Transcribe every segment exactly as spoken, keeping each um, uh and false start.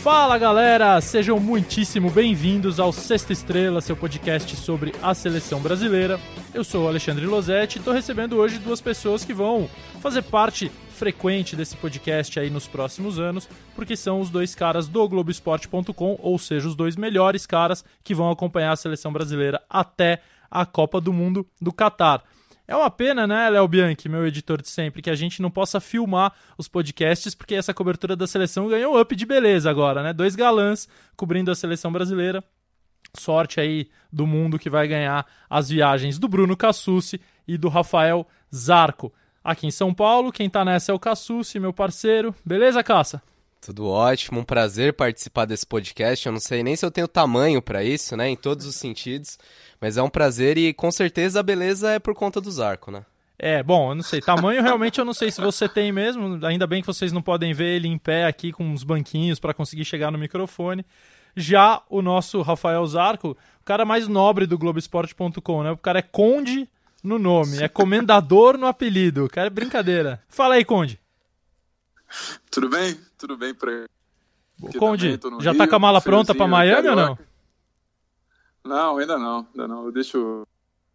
Fala galera, sejam muitíssimo bem-vindos ao Sexta Estrela, seu podcast sobre a seleção brasileira. Eu sou o Alexandre Losetti e estou recebendo hoje duas pessoas que vão fazer parte frequente desse podcast aí nos próximos anos, porque são os dois caras do Globo Esporte ponto com, ou seja, os dois melhores caras que vão acompanhar a seleção brasileira até a Copa do Mundo do Catar. É uma pena, né, Léo Bianchi, meu editor de sempre, que a gente não possa filmar os podcasts, porque essa cobertura da seleção ganhou um up de beleza agora, né? Dois galãs cobrindo a seleção brasileira. Sorte aí do mundo que vai ganhar as viagens do Bruno Cassucci e do Rafael Zarco. Aqui em São Paulo, quem tá nessa é o Cassucci, meu parceiro. Beleza, Caça? Tudo ótimo, um prazer participar desse podcast. Eu não sei nem se eu tenho tamanho para isso, né, em todos os sentidos, mas é um prazer e com certeza a beleza é por conta do Zarco, né? É, bom, eu não sei, tamanho realmente eu não sei se você tem mesmo, ainda bem que vocês não podem ver ele em pé aqui com uns banquinhos para conseguir chegar no microfone. Já o nosso Rafael Zarco, o cara mais nobre do Globo Esporte ponto com, né? O cara é Conde no nome, é comendador no apelido, o cara é brincadeira. Fala aí, Conde. Tudo bem? Tudo bem por aí. Conde, já Rio, tá com a mala pronta pra Miami carioca. Ou não? Não, ainda não, ainda não. Eu deixo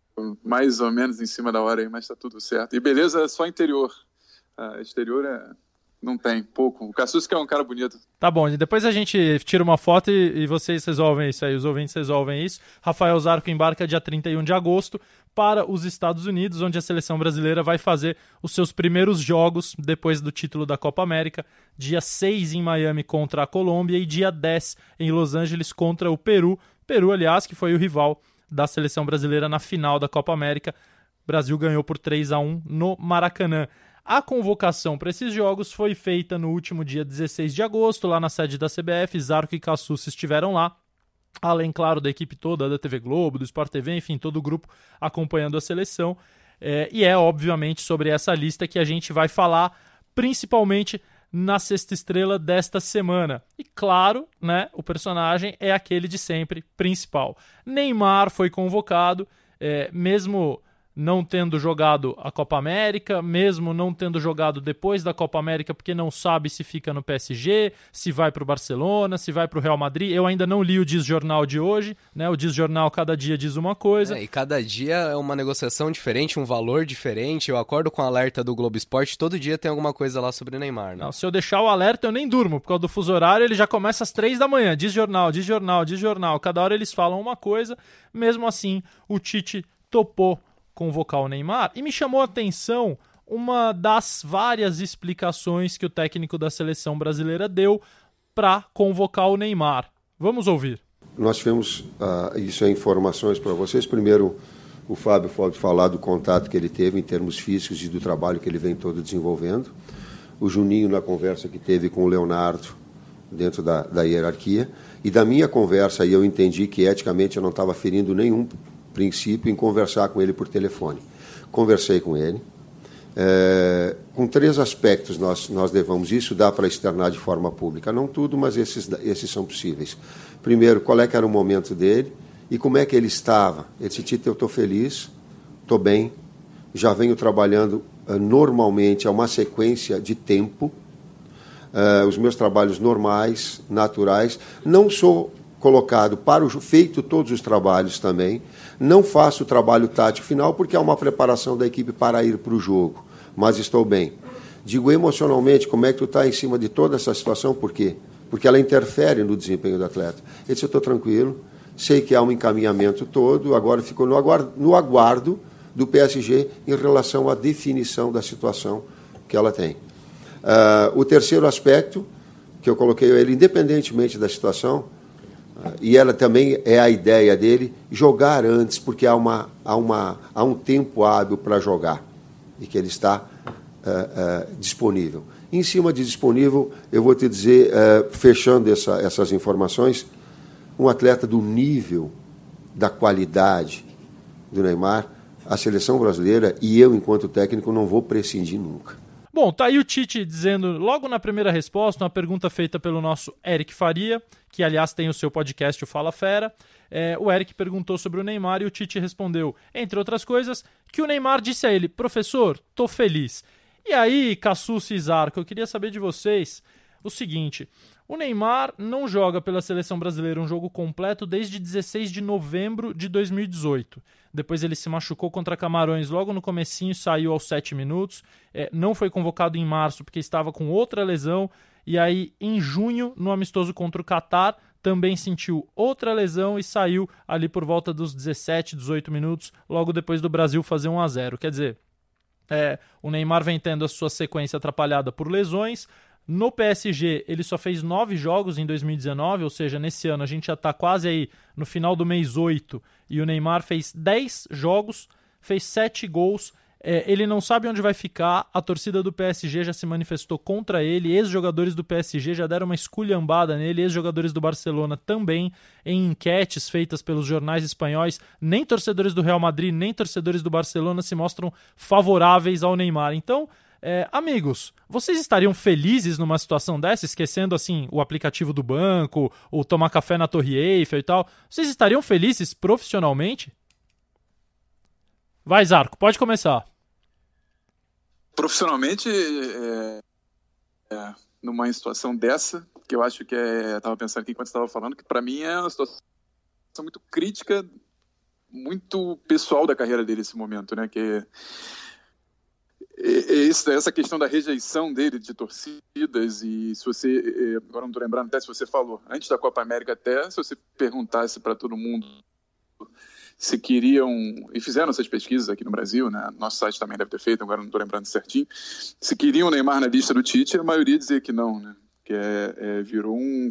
mais ou menos em cima da hora aí, mas tá tudo certo. E beleza, é só interior. Uh, exterior é... não tem, pouco. O Cassucci que é um cara bonito. Tá bom, depois a gente tira uma foto e, e vocês resolvem isso aí, os ouvintes resolvem isso. Rafael Zarco embarca dia trinta e um de agosto para os Estados Unidos, onde a seleção brasileira vai fazer os seus primeiros jogos depois do título da Copa América, dia seis em Miami contra a Colômbia e dia dez em Los Angeles contra o Peru. Peru, aliás, que foi o rival da seleção brasileira na final da Copa América. O Brasil ganhou por três a um no Maracanã. A convocação para esses jogos foi feita no último dia dezesseis de agosto, lá na sede da C B F. Zarco e Cassucci estiveram lá, além, claro, da equipe toda, da T V Globo, do Sport T V, enfim, todo o grupo acompanhando a seleção. É, e é, obviamente, sobre essa lista que a gente vai falar, principalmente na Sexta Estrela desta semana. E, claro, né, o personagem é aquele de sempre, principal. Neymar foi convocado, é, mesmo não tendo jogado a Copa América, mesmo não tendo jogado depois da Copa América, porque não sabe se fica no P S G, se vai para o Barcelona, se vai para o Real Madrid. Eu ainda não li o Diz Jornal de hoje, né? O Diz Jornal cada dia diz uma coisa. É, e cada dia é uma negociação diferente, um valor diferente. Eu acordo com o alerta do Globo Esporte, todo dia tem alguma coisa lá sobre o Neymar, né? Não, se eu deixar o alerta, eu nem durmo, por causa do fuso horário, ele já começa às três da manhã. Diz Jornal, Diz Jornal, Diz Jornal. Cada hora eles falam uma coisa. Mesmo assim, o Tite topou convocar o Neymar, e me chamou a atenção uma das várias explicações que o técnico da seleção brasileira deu para convocar o Neymar. Vamos ouvir. Nós tivemos, uh, isso é informações para vocês. Primeiro, o Fábio pode falar do contato que ele teve em termos físicos e do trabalho que ele vem todo desenvolvendo. O Juninho na conversa que teve com o Leonardo dentro da, da hierarquia. E da minha conversa, aí eu entendi que eticamente eu não estava ferindo nenhum princípio em conversar com ele por telefone. Conversei com ele. É, com três aspectos nós, nós levamos isso, dá para externar de forma pública. Não tudo, mas esses, esses são possíveis. Primeiro, qual é que era o momento dele e como é que ele estava. Ele disse, Tito, eu estou feliz, estou bem, já venho trabalhando uh, normalmente, a uma sequência de tempo, uh, os meus trabalhos normais, naturais. Não sou colocado para o feito todos os trabalhos também. Não faço o trabalho tático final porque há uma preparação da equipe para ir para o jogo, mas estou bem. Digo emocionalmente, como é que tu está em cima de toda essa situação? Por quê? Porque ela interfere no desempenho do atleta. Ele disse, eu estou tranquilo, sei que há um encaminhamento todo, agora ficou no aguardo, no aguardo do P S G em relação à definição da situação que ela tem. Uh, o terceiro aspecto que eu coloquei ele, independentemente da situação, e ela também é a ideia dele, jogar antes, porque há, uma, há, uma, há um tempo hábil para jogar, e que ele está uh, uh, disponível. Em cima de disponível, eu vou te dizer, uh, fechando essa, essas informações, um atleta do nível, da qualidade do Neymar, a seleção brasileira e eu, enquanto técnico, não vou prescindir nunca. Bom, tá aí o Tite dizendo, logo na primeira resposta, uma pergunta feita pelo nosso Eric Faria, que aliás tem o seu podcast, o Fala Fera. É, o Eric perguntou sobre o Neymar e o Tite respondeu, entre outras coisas, que o Neymar disse a ele, professor, tô feliz. E aí, Cassucci e Zarco, eu queria saber de vocês o seguinte, O Neymar não joga pela seleção brasileira um jogo completo desde dezesseis de novembro de dois mil e dezoito. Depois ele se machucou contra Camarões logo no comecinho, saiu aos sete minutos. É, não foi convocado em março porque estava com outra lesão. E aí, em junho, no amistoso contra o Catar, também sentiu outra lesão e saiu ali por volta dos dezessete, dezoito minutos, logo depois do Brasil fazer um a zero. Quer dizer, é, o Neymar vem tendo a sua sequência atrapalhada por lesões. No P S G, ele só fez nove jogos em dois mil e dezenove, ou seja, nesse ano a gente já está quase aí no final do mês oito, e o Neymar fez dez jogos, fez sete gols. É, ele não sabe onde vai ficar, a torcida do P S G já se manifestou contra ele, ex-jogadores do P S G já deram uma esculhambada nele, ex-jogadores do Barcelona também, em enquetes feitas pelos jornais espanhóis. Nem torcedores do Real Madrid, nem torcedores do Barcelona se mostram favoráveis ao Neymar. Então, É, amigos, vocês estariam felizes numa situação dessa, esquecendo assim o aplicativo do banco, ou tomar café na Torre Eiffel e tal? Vocês estariam felizes profissionalmente? Vai, Zarco, pode começar. Profissionalmente, é, é, numa situação dessa, que eu acho que é, eu tava pensando aqui enquanto você estava falando, que para mim é uma situação muito crítica, muito pessoal da carreira dele nesse momento, né? Que Esse, essa questão da rejeição dele de torcidas, e se você, agora não estou lembrando até se você falou, antes da Copa América até, se você perguntasse para todo mundo se queriam, e fizeram essas pesquisas aqui no Brasil, né? Nosso site também deve ter feito, agora não estou lembrando certinho, se queriam o Neymar na lista do Tite, a maioria dizia que não, né? Que é, é, virou um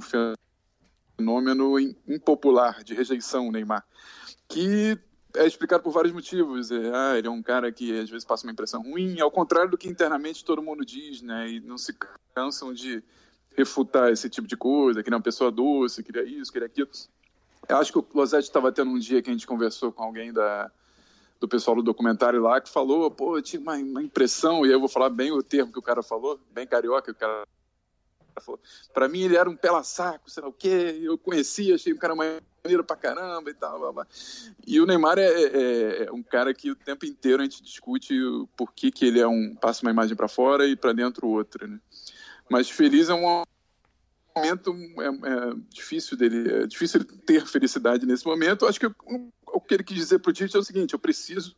fenômeno impopular de rejeição o Neymar, que é explicado por vários motivos. É, ah, ele é um cara que às vezes passa uma impressão ruim, ao contrário do que internamente todo mundo diz, né? E não se cansam de refutar esse tipo de coisa, que ele é uma pessoa doce, queria isso, queria aquilo. Eu acho que o Losetti estava tendo um dia que a gente conversou com alguém da, do pessoal do documentário lá, que falou, pô, eu tinha uma, uma impressão, e aí eu vou falar bem o termo que o cara falou, bem carioca, o cara falou. Pra mim ele era um pela-saco, sei lá o quê, eu conhecia, achei um cara maneiro pra caramba e tal, blá, blá. E o Neymar é, é, é um cara que o tempo inteiro a gente discute o por que que ele é um, passa uma imagem pra fora e pra dentro outra, né? Mas feliz é um momento é, é difícil dele, é difícil ele ter felicidade nesse momento. Eu acho que o, o que ele quis dizer pro Tite é o seguinte, eu preciso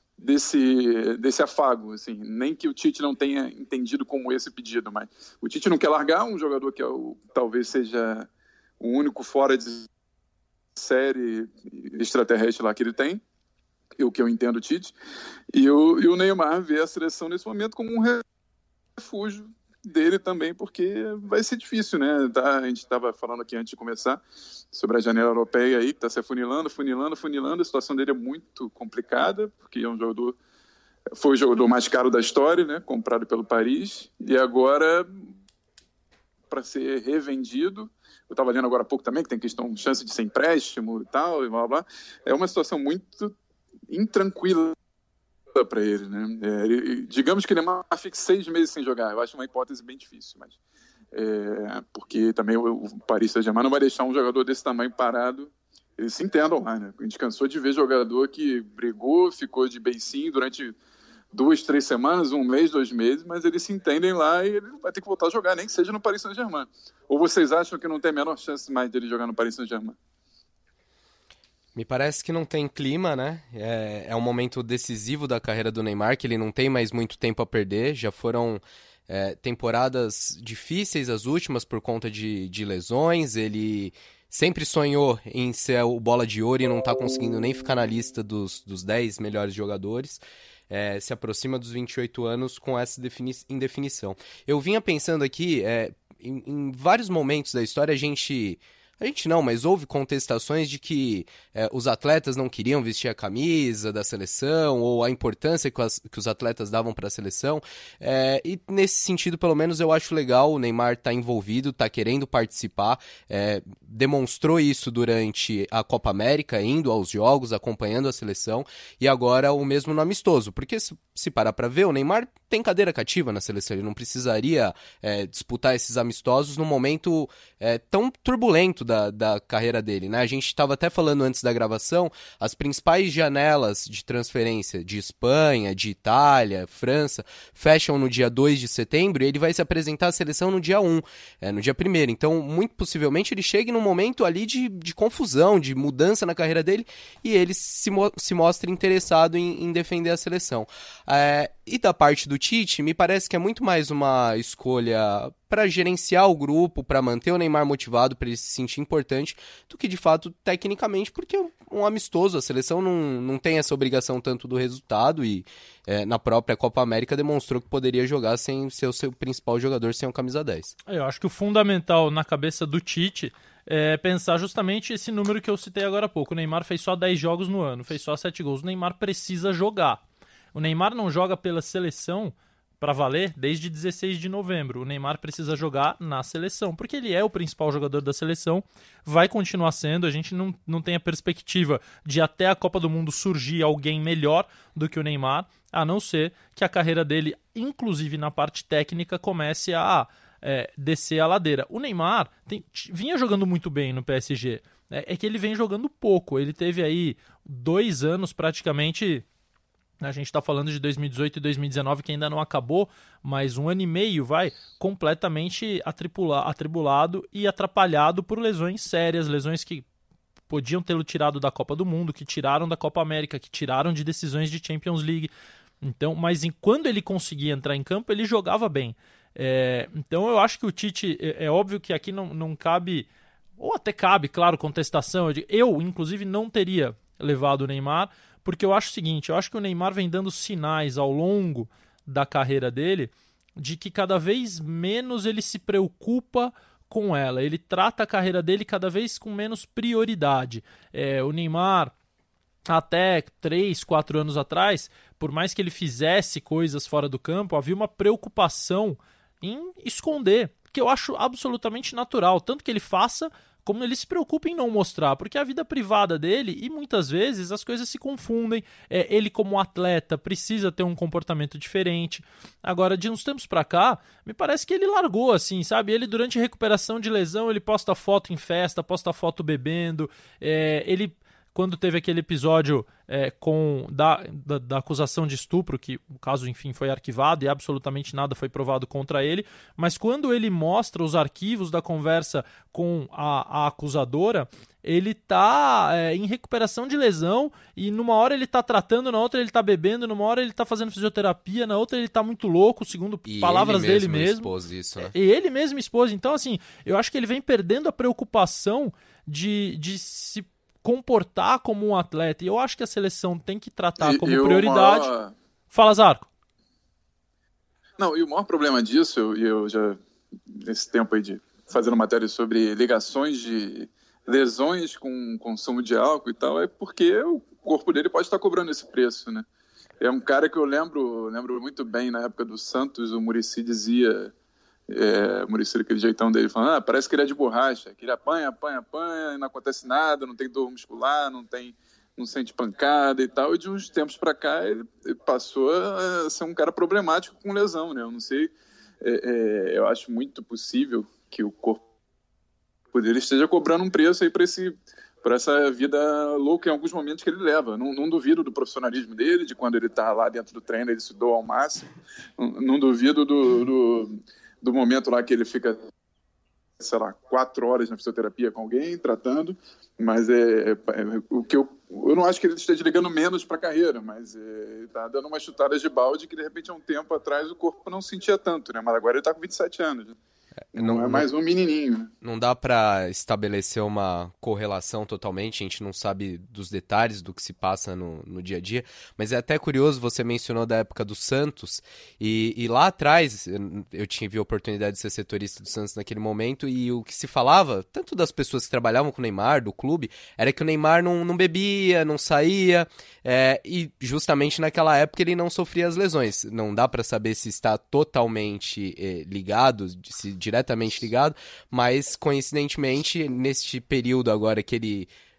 desse, desse afago, assim, nem que o Tite não tenha entendido como esse pedido, mas o Tite não quer largar um jogador que é o, talvez seja o único fora de série extraterrestre lá que ele tem, o que eu entendo o Tite, e o, e o Neymar vê a seleção nesse momento como um refúgio dele também, porque vai ser difícil, né? Tá, a gente estava falando aqui antes de começar sobre a janela europeia aí, que está se afunilando, funilando, funilando. A situação dele é muito complicada, porque é um jogador, foi o jogador mais caro da história, né? Comprado pelo Paris, e agora para ser revendido. Eu estava lendo agora há pouco também que tem questão, chance de ser empréstimo e tal, e blá, blá. É uma situação muito intranquila para ele, né? É, ele, digamos que ele fique seis meses sem jogar. Eu acho uma hipótese bem difícil, mas é, porque também o, o Paris Saint-Germain não vai deixar um jogador desse tamanho parado. Eles se entendam lá, né? A gente cansou de ver jogador que brigou, ficou de beicinho durante duas, três semanas, um mês, dois meses, mas eles se entendem lá e ele vai ter que voltar a jogar, nem que seja no Paris Saint-Germain. Ou vocês acham que não tem a menor chance mais dele jogar no Paris Saint-Germain? Me parece que não tem clima, né? É, é um momento decisivo da carreira do Neymar, que ele não tem mais muito tempo a perder. Já foram é, temporadas difíceis as últimas por conta de, de lesões. Ele sempre sonhou em ser o bola de ouro e não está conseguindo nem ficar na lista dos, dos dez melhores jogadores. É, se aproxima dos vinte e oito anos com essa defini- indefinição. Eu vinha pensando aqui, é, em, em vários momentos da história a gente... A gente não, mas houve contestações de que é, os atletas não queriam vestir a camisa da seleção ou a importância que, as, que os atletas davam para a seleção. É, e nesse sentido, pelo menos, eu acho legal o Neymar estar tá envolvido, tá querendo participar. É, demonstrou isso durante a Copa América, indo aos jogos, acompanhando a seleção. E agora o mesmo no amistoso. Porque se, se parar para ver, o Neymar tem cadeira cativa na seleção, ele não precisaria é, disputar esses amistosos num momento é, tão turbulento da, da carreira dele, né? A gente estava até falando antes da gravação, as principais janelas de transferência de Espanha, de Itália, França, fecham no dia dois de setembro e ele vai se apresentar à seleção no dia um, é, no dia primeiro. Então, muito possivelmente, ele chegue num momento ali de, de confusão, de mudança na carreira dele e ele se, mo- se mostra interessado em, em defender a seleção. É, e da parte do Tite, me parece que é muito mais uma escolha para gerenciar o grupo, para manter o Neymar motivado, para ele se sentir importante, do que de fato tecnicamente, porque é um amistoso, a seleção não, não tem essa obrigação tanto do resultado e é, na própria Copa América demonstrou que poderia jogar sem ser o seu principal jogador, sem o camisa dez. Eu acho que o fundamental na cabeça do Tite é pensar justamente esse número que eu citei agora há pouco. O Neymar fez só dez jogos no ano, fez só sete gols. O Neymar precisa jogar. O Neymar não joga pela seleção para valer desde dezesseis de novembro. O Neymar precisa jogar na seleção, porque ele é o principal jogador da seleção, vai continuar sendo. A gente não, não tem a perspectiva de até a Copa do Mundo surgir alguém melhor do que o Neymar, a não ser que a carreira dele, inclusive na parte técnica, comece a é, descer a ladeira. O Neymar tem, vinha jogando muito bem no P S G, é, é que ele vem jogando pouco. Ele teve aí dois anos praticamente... A gente está falando de dois mil e dezoito e dois mil e dezenove, que ainda não acabou, mas um ano e meio, vai, completamente atribula- atribulado e atrapalhado por lesões sérias, lesões que podiam tê-lo tirado da Copa do Mundo, que tiraram da Copa América, que tiraram de decisões de Champions League. Então, mas em, quando ele conseguia entrar em campo, ele jogava bem. É, então eu acho que o Tite, é, é óbvio que aqui não, não cabe, ou até cabe, claro, contestação. Eu, digo, eu, inclusive, não teria levado o Neymar, porque eu acho o seguinte, eu acho que o Neymar vem dando sinais ao longo da carreira dele de que cada vez menos ele se preocupa com ela. Ele trata a carreira dele cada vez com menos prioridade. É, o Neymar, até três, quatro anos atrás, por mais que ele fizesse coisas fora do campo, havia uma preocupação em esconder, que eu acho absolutamente natural, tanto que ele faça como ele se preocupa em não mostrar, porque a vida privada dele, e muitas vezes as coisas se confundem, é, ele como atleta precisa ter um comportamento diferente. Agora, de uns tempos pra cá, me parece que ele largou, assim, sabe? Ele durante a recuperação de lesão, ele posta foto em festa, posta foto bebendo, é, ele... Quando teve aquele episódio é, com da, da, da acusação de estupro, que o caso, enfim, foi arquivado e absolutamente nada foi provado contra ele, mas quando ele mostra os arquivos da conversa com a, a acusadora, ele tá é, em recuperação de lesão e numa hora ele tá tratando, na outra ele tá bebendo, numa hora ele tá fazendo fisioterapia, na outra ele tá muito louco, segundo e palavras ele dele mesmo. mesmo. Expôs isso, né? E ele mesmo expôs. Então, assim, eu acho que ele vem perdendo a preocupação de, de se comportar como um atleta, e eu acho que a seleção tem que tratar E- como e o prioridade. maior- Fala, Zarco. Não, e o maior problema disso, eu, eu já, nesse tempo aí de fazendo matéria sobre ligações de lesões com consumo de álcool e tal, é porque o corpo dele pode estar cobrando esse preço, né? É um cara que eu lembro, lembro muito bem, na época do Santos, o Muricy dizia, é, o Muricy, aquele jeitão dele, falando, ah, parece que ele é de borracha, que ele apanha, apanha, apanha, e não acontece nada, não tem dor muscular, não tem, não sente pancada e tal, e de uns tempos pra cá ele, ele passou a ser um cara problemático com lesão, né? Eu não sei, é, é, eu acho muito possível que o corpo dele esteja cobrando um preço aí para esse por essa vida louca em alguns momentos que ele leva. Não, não duvido do profissionalismo dele, de quando ele está lá dentro do treino, ele se doa ao máximo. Não, não duvido do, do, do momento lá que ele fica, sei lá, quatro horas na fisioterapia com alguém, tratando, mas é, é, é o que eu, eu não acho que ele esteja ligando menos para a carreira, mas é, ele está dando umas chutadas de balde que, de repente, há um tempo atrás o corpo não sentia tanto, né? Mas agora ele está com vinte e sete anos, né? Não, não é mais um menininho, né? Não dá pra estabelecer uma correlação totalmente, a gente não sabe dos detalhes do que se passa no, no dia a dia, mas é até curioso, você mencionou da época do Santos, e, e lá atrás eu tive a oportunidade de ser setorista do Santos naquele momento, e o que se falava, tanto das pessoas que trabalhavam com o Neymar, do clube, era que o Neymar não, não bebia, não saía, é, e justamente naquela época ele não sofria as lesões. Não dá pra saber se está totalmente é, ligado, se diretamente ligado, mas coincidentemente neste período agora que ele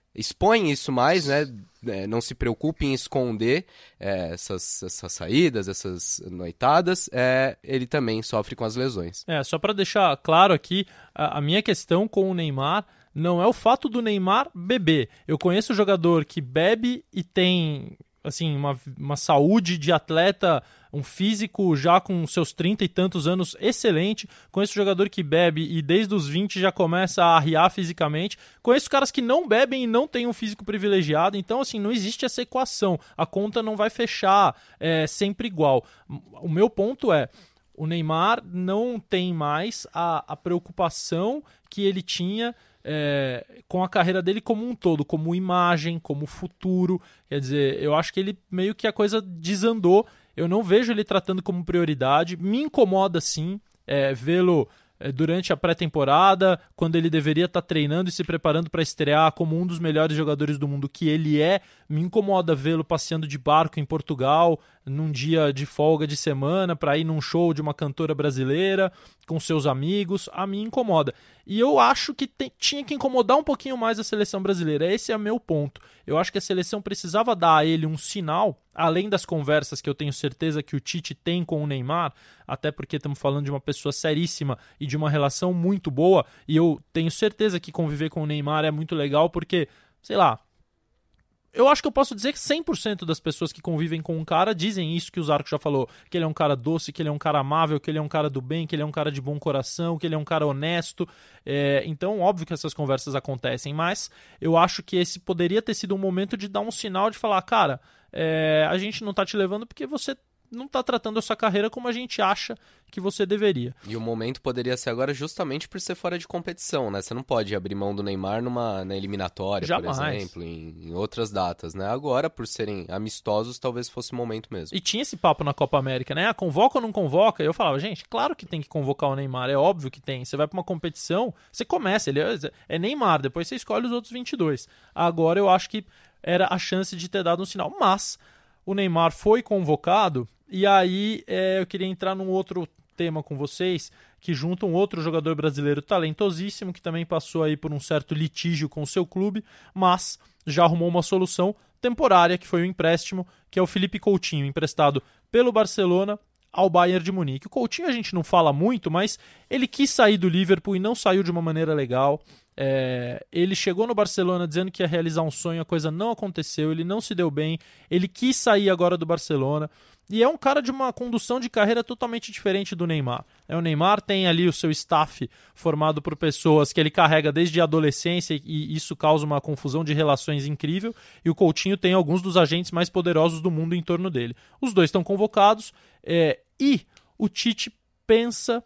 expõe isso mais, né? É, não se preocupe em esconder é, essas, essas saídas, essas noitadas, é, ele também sofre com as lesões. É, só para deixar claro aqui, a, a minha questão com o Neymar não é o fato do Neymar beber. Eu conheço jogador que bebe e tem assim, uma, uma saúde de atleta, um físico já com seus trinta e tantos anos excelente. Conheço jogador que bebe e desde os vinte já começa a arriar fisicamente. Conheço caras que não bebem e não têm um físico privilegiado. Então, assim, não existe essa equação. A conta não vai fechar é, sempre igual. O meu ponto é, o Neymar não tem mais a, a preocupação que ele tinha É, com a carreira dele como um todo, como imagem, como futuro. Quer dizer, eu acho que ele meio que a coisa desandou. Eu não vejo ele tratando como prioridade. Me incomoda sim é, vê-lo é, durante a pré-temporada, quando ele deveria estar treinando e se preparando para estrear como um dos melhores jogadores do mundo que ele é. Me incomoda vê-lo passeando de barco em Portugal num dia de folga de semana para ir num show de uma cantora brasileira com seus amigos. A mim incomoda. E eu acho que tem, tinha que incomodar um pouquinho mais a seleção brasileira. Esse é o meu ponto. Eu acho que a seleção precisava dar a ele um sinal, além das conversas que eu tenho certeza que o Tite tem com o Neymar, até porque estamos falando de uma pessoa seríssima e de uma relação muito boa, e eu tenho certeza que conviver com o Neymar é muito legal porque, sei lá, eu acho que eu posso dizer que cem por cento das pessoas que convivem com um cara dizem isso que o Zarco já falou, que ele é um cara doce, que ele é um cara amável, que ele é um cara do bem, que ele é um cara de bom coração, que ele é um cara honesto. É, então, óbvio que essas conversas acontecem, mas eu acho que esse poderia ter sido um momento de dar um sinal de falar, cara, é, a gente não tá te levando porque você não tá tratando a sua carreira como a gente acha que você deveria. E o momento poderia ser agora justamente por ser fora de competição, né? Você não pode abrir mão do Neymar numa, na eliminatória, Jamais. por exemplo, em, em outras datas, né? Agora, por serem amistosos, talvez fosse o momento mesmo. E tinha esse papo na Copa América, né? Ah, convoca ou não convoca? E eu falava, gente, claro que tem que convocar o Neymar, é óbvio que tem. Você vai pra uma competição, você começa, ele é, é Neymar, depois você escolhe os outros vinte e dois. Agora eu acho que era a chance de ter dado um sinal. Mas o Neymar foi convocado. E aí é, eu queria entrar num outro tema com vocês, que junta um outro jogador brasileiro talentosíssimo, que também passou aí por um certo litígio com o seu clube, mas já arrumou uma solução temporária, que foi o empréstimo, que é o Felipe Coutinho, emprestado pelo Barcelona ao Bayern de Munique. O Coutinho a gente não fala muito, mas ele quis sair do Liverpool e não saiu de uma maneira legal. É, ele chegou no Barcelona dizendo que ia realizar um sonho, a coisa não aconteceu, ele não se deu bem, ele quis sair agora do Barcelona, e é um cara de uma condução de carreira totalmente diferente do Neymar. É, o Neymar tem ali o seu staff formado por pessoas que ele carrega desde a adolescência, e isso causa uma confusão de relações incrível, e o Coutinho tem alguns dos agentes mais poderosos do mundo em torno dele. Os dois estão convocados, é, e o Tite pensa,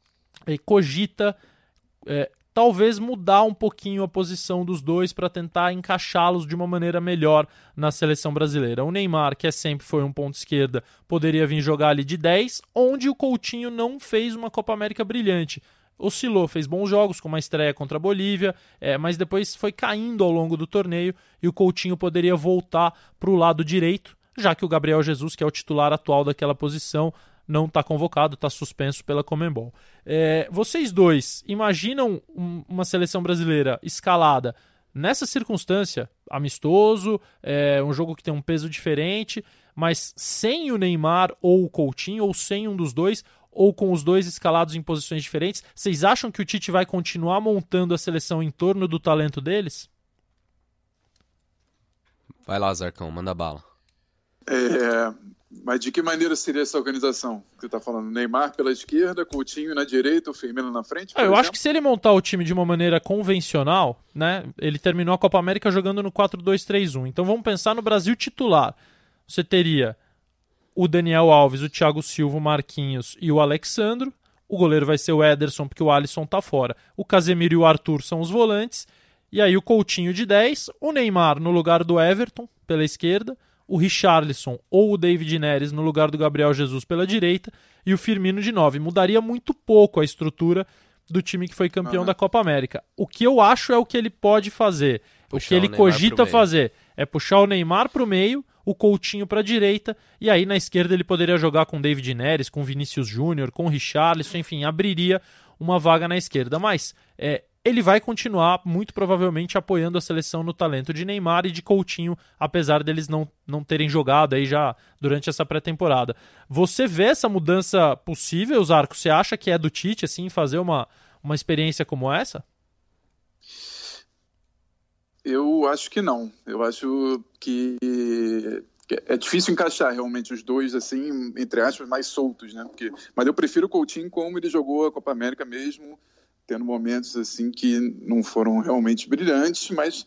é, cogita, é, talvez mudar um pouquinho a posição dos dois para tentar encaixá-los de uma maneira melhor na seleção brasileira. O Neymar, que é sempre foi um ponto esquerda, poderia vir jogar ali de dez, onde o Coutinho não fez uma Copa América brilhante. Oscilou, fez bons jogos, com uma estreia contra a Bolívia, é, mas depois foi caindo ao longo do torneio e o Coutinho poderia voltar para o lado direito, já que o Gabriel Jesus, que é o titular atual daquela posição, não está convocado, está suspenso pela Conmebol. É, vocês dois imaginam um, uma seleção brasileira escalada nessa circunstância, amistoso, é, um jogo que tem um peso diferente, mas sem o Neymar ou o Coutinho, ou sem um dos dois, ou com os dois escalados em posições diferentes? Vocês acham que o Tite vai continuar montando a seleção em torno do talento deles? Vai lá, Zarcão, manda bala. É... Mas de que maneira seria essa organização que você está falando? Neymar pela esquerda, Coutinho na direita, o Firmino na frente? Ah, eu exemplo? acho que se ele montar o time de uma maneira convencional, né? Ele terminou a Copa América jogando no quatro dois três um. Então vamos pensar no Brasil titular. Você teria o Daniel Alves, o Thiago Silva, o Marquinhos e o Alexandro. O goleiro vai ser o Ederson, porque o Alisson tá fora. O Casemiro e o Arthur são os volantes. E aí o Coutinho de dez, o Neymar no lugar do Everton, pela esquerda, o Richarlison ou o David Neres no lugar do Gabriel Jesus pela direita e o Firmino de nove. Mudaria muito pouco a estrutura do time que foi campeão uhum. da Copa América. O que eu acho é o que ele pode fazer. Puxar o que ele o cogita fazer é puxar o Neymar para o meio, o Coutinho para a direita, e aí na esquerda ele poderia jogar com David Neres, com Vinícius Júnior, com Richarlison, enfim, abriria uma vaga na esquerda. Mas é, ele vai continuar, muito provavelmente, apoiando a seleção no talento de Neymar e de Coutinho, apesar deles não, não terem jogado aí já durante essa pré-temporada. Você vê essa mudança possível, Zarco? Você acha que é do Tite, assim, fazer uma, uma experiência como essa? Eu acho que não. Eu acho que é difícil encaixar realmente os dois, assim, entre aspas, mais soltos, né? Porque, mas eu prefiro o Coutinho como ele jogou a Copa América mesmo, tendo momentos assim que não foram realmente brilhantes, mas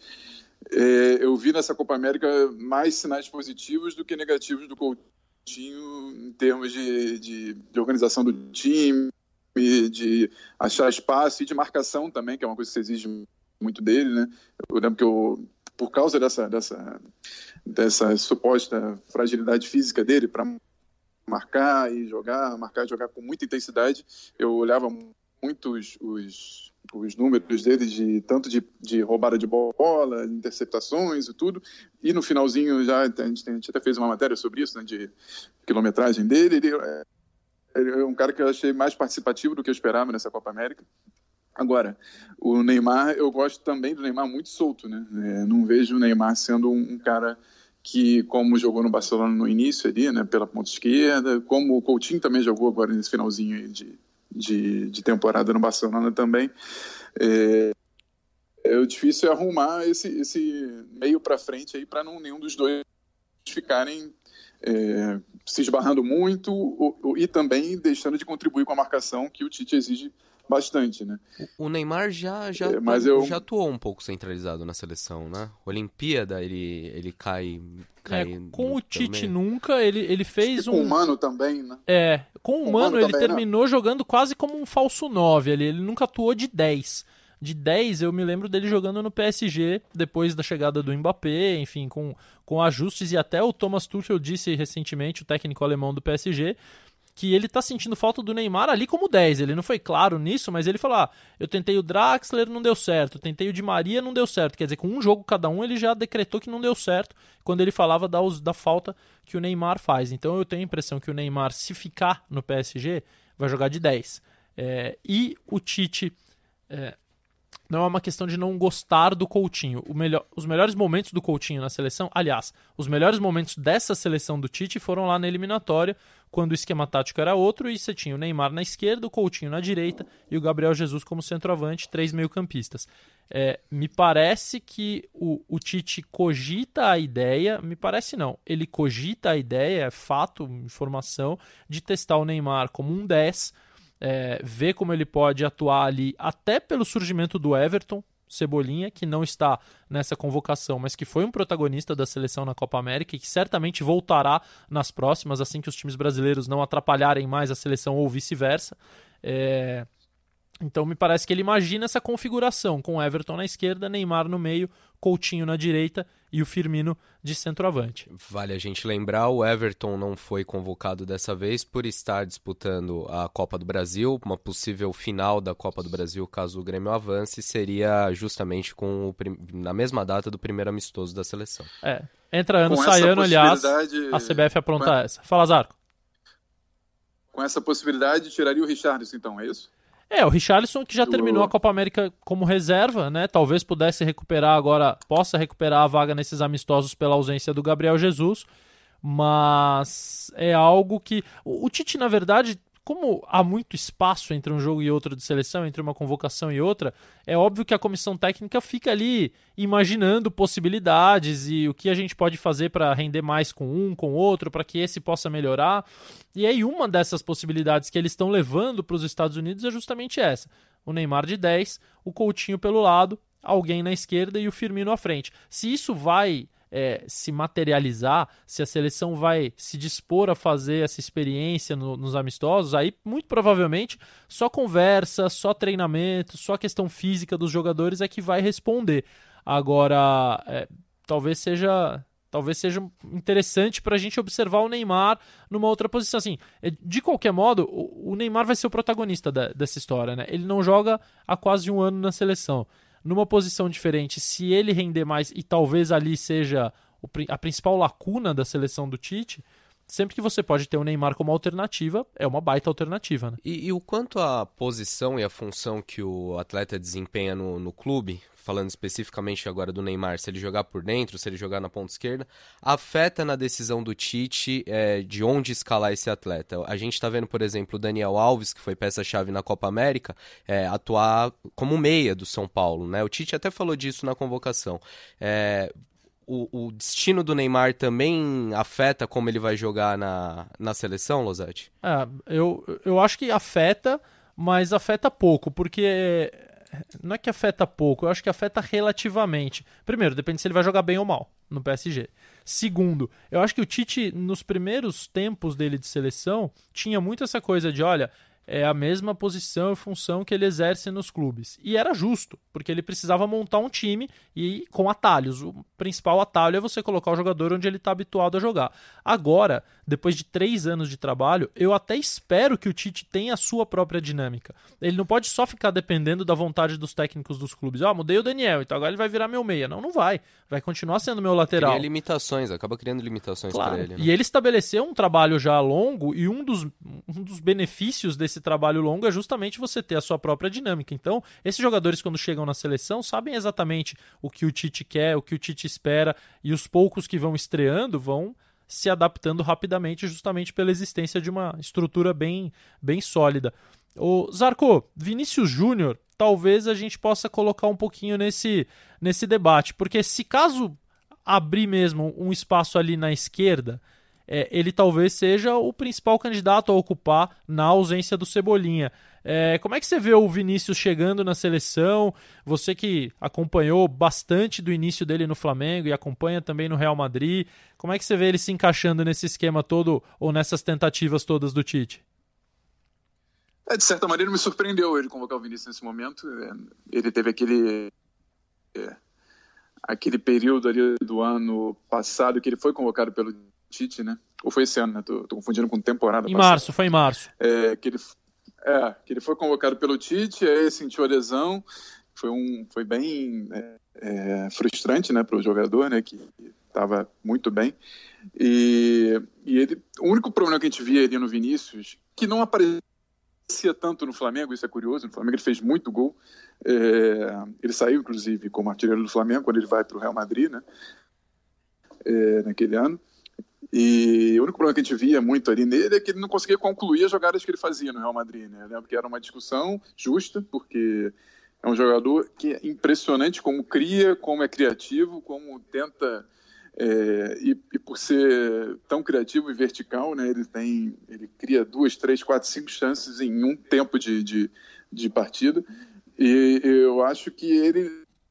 é, eu vi nessa Copa América mais sinais positivos do que negativos do Coutinho em termos de, de, de organização do time, de achar espaço e de marcação também, que é uma coisa que se exige muito dele, né? Eu lembro que eu, por causa dessa, dessa, dessa suposta fragilidade física dele para marcar e jogar, marcar e jogar com muita intensidade, eu olhava muito os, os, os números dele, de, tanto de, de roubada de bola, interceptações e tudo, e no finalzinho já, a gente, a gente até fez uma matéria sobre isso, né, de quilometragem dele, ele é, ele é um cara que eu achei mais participativo do que eu esperava nessa Copa América. Agora, o Neymar, eu gosto também do Neymar muito solto, né? É, não vejo o Neymar sendo um, um cara que, como jogou no Barcelona no início ali, né, pela ponta esquerda, como o Coutinho também jogou agora nesse finalzinho aí de, de, de temporada no Barcelona também, é, é difícil arrumar esse, esse meio para frente aí para não nenhum dos dois ficarem é, se esbarrando muito ou, ou, e também deixando de contribuir com a marcação que o Tite exige bastante, né? O Neymar já, já, é, mas eu... já atuou um pouco centralizado na seleção, né? Olimpíada, ele, ele cai... cai é, com no, o Tite também. nunca, ele, ele fez e um... Com o Mano também, né? É, com o com Mano, Mano ele também, terminou né? jogando quase como um falso nove ali, ele nunca atuou de dez. De dez, eu me lembro dele jogando no P S G, depois da chegada do Mbappé, enfim, com, com ajustes, e até o Thomas Tuchel disse recentemente, o técnico alemão do P S G, que ele tá sentindo falta do Neymar ali como dez. Ele não foi claro nisso, mas ele falou, ah, eu tentei o Draxler, não deu certo, tentei o Di Maria, não deu certo. Quer dizer, com um jogo cada um, ele já decretou que não deu certo, quando ele falava da, da falta que o Neymar faz. Então eu tenho a impressão que o Neymar, se ficar no P S G, vai jogar de dez. É, e o Tite... É, não é uma questão de não gostar do Coutinho. O melhor, os melhores momentos do Coutinho na seleção, aliás, os melhores momentos dessa seleção do Tite foram lá na eliminatória, quando o esquema tático era outro, e você tinha o Neymar na esquerda, o Coutinho na direita e o Gabriel Jesus como centroavante, três meio-campistas. É, me parece que o, o Tite cogita a ideia, me parece não, ele cogita a ideia, é fato, informação, de testar o Neymar como um dez, É, ver como ele pode atuar ali, até pelo surgimento do Everton, Cebolinha, que não está nessa convocação, mas que foi um protagonista da seleção na Copa América e que certamente voltará nas próximas, assim que os times brasileiros não atrapalharem mais a seleção ou vice-versa. É... Então me parece que ele imagina essa configuração, com Everton na esquerda, Neymar no meio, Coutinho na direita e o Firmino de centroavante. Vale a gente lembrar, o Everton não foi convocado dessa vez por estar disputando a Copa do Brasil. Uma possível final da Copa do Brasil, caso o Grêmio avance, seria justamente com o prim... na mesma data do primeiro amistoso da seleção. É, entra ano, Com sai essa ano, aliás, possibilidade- a C B F apronta Com- essa. Fala, Zarco. Com essa possibilidade, tiraria o Richarlison, então, é isso? É, o Richarlison que já Do- terminou a Copa América como reserva, né? Talvez pudesse recuperar agora, possa recuperar a vaga nesses amistosos pela ausência do Gabriel Jesus, mas é algo que... O, o Tite, na verdade, como há muito espaço entre um jogo e outro de seleção, entre uma convocação e outra, é óbvio que a comissão técnica fica ali imaginando possibilidades e o que a gente pode fazer para render mais com um, com outro, para que esse possa melhorar. E aí uma dessas possibilidades que eles estão levando para os Estados Unidos é justamente essa. O Neymar de dez, o Coutinho pelo lado, alguém na esquerda e o Firmino à frente. Se isso vai... É, se materializar, se a seleção vai se dispor a fazer essa experiência no, nos amistosos, aí muito provavelmente só conversa, só treinamento, só questão física dos jogadores é que vai responder. Agora, é, talvez seja talvez seja interessante para a gente observar o Neymar numa outra posição. Assim, de qualquer modo, o, o Neymar vai ser o protagonista da, dessa história, né? Ele não joga há quase um ano na seleção. Numa posição diferente, se ele render mais, e talvez ali seja o, a principal lacuna da seleção do Tite, sempre que você pode ter o Neymar como alternativa, é uma baita alternativa, né? E, e o quanto a posição e a função que o atleta desempenha no, no clube, falando especificamente agora do Neymar, se ele jogar por dentro, se ele jogar na ponta esquerda, afeta na decisão do Tite é, de onde escalar esse atleta. A gente está vendo, por exemplo, o Daniel Alves, que foi peça-chave na Copa América, é, atuar como meia do São Paulo, né? O Tite até falou disso na convocação. É... O, o destino do Neymar também afeta como ele vai jogar na, na seleção, Losatti? É, eu, eu acho que afeta, mas afeta pouco, porque não é que afeta pouco, eu acho que afeta relativamente. Primeiro, depende se ele vai jogar bem ou mal no P S G. Segundo, eu acho que o Tite, nos primeiros tempos dele de seleção, tinha muito essa coisa de, olha, é a mesma posição e função que ele exerce nos clubes. E era justo, porque ele precisava montar um time e com atalhos. O principal atalho é você colocar o jogador onde ele está habituado a jogar. Agora, depois de três anos de trabalho, eu até espero que o Tite tenha a sua própria dinâmica. Ele não pode só ficar dependendo da vontade dos técnicos dos clubes. Ah, mudei o Daniel, então agora ele vai virar meu meia. Não, não vai. Vai continuar sendo meu lateral. Cria limitações, acaba criando limitações claro. para ele. Né? E ele estabeleceu um trabalho já longo e um dos, um dos benefícios desse trabalho longo é justamente você ter a sua própria dinâmica. Então, esses jogadores quando chegam na seleção sabem exatamente o que o Tite quer, o que o Tite espera, e os poucos que vão estreando vão se adaptando rapidamente justamente pela existência de uma estrutura bem, bem sólida. O Zarco, Vinícius Júnior, talvez a gente possa colocar um pouquinho nesse, nesse debate, porque se caso abrir mesmo um espaço ali na esquerda, é, ele talvez seja o principal candidato a ocupar na ausência do Cebolinha. É, como é que você vê o Vinícius chegando na seleção? Você que acompanhou bastante do início dele no Flamengo e acompanha também no Real Madrid, como é que você vê ele se encaixando nesse esquema todo ou nessas tentativas todas do Tite? É, de certa maneira me surpreendeu ele convocar o Vinícius nesse momento. Ele teve aquele... É, aquele período ali do ano passado que ele foi convocado pelo Tite, né? Ou foi esse ano, né? Tô, tô confundindo com temporada Em passada. março, foi em março. É, que ele, é, que ele foi convocado pelo Tite, aí sentiu a lesão, foi, um, foi bem é, é, frustrante, né, para o jogador, né, que estava muito bem. E, e ele, o único problema que a gente via ali no Vinícius, que não aparecia tanto no Flamengo, isso é curioso, no Flamengo ele fez muito gol, é, ele saiu, inclusive, como artilheiro do Flamengo, quando ele vai para o Real Madrid, né, é, naquele ano. E o único problema que a gente via muito ali nele é que ele não conseguia concluir as jogadas que ele fazia no Real Madrid, né? Eu lembro que era uma discussão justa, porque é um jogador que é impressionante como cria, como é criativo, como tenta... É, e, e por ser tão criativo e vertical, né, ele, tem, ele cria duas, três, quatro, cinco chances em um tempo de, de, de partida. E eu acho que ele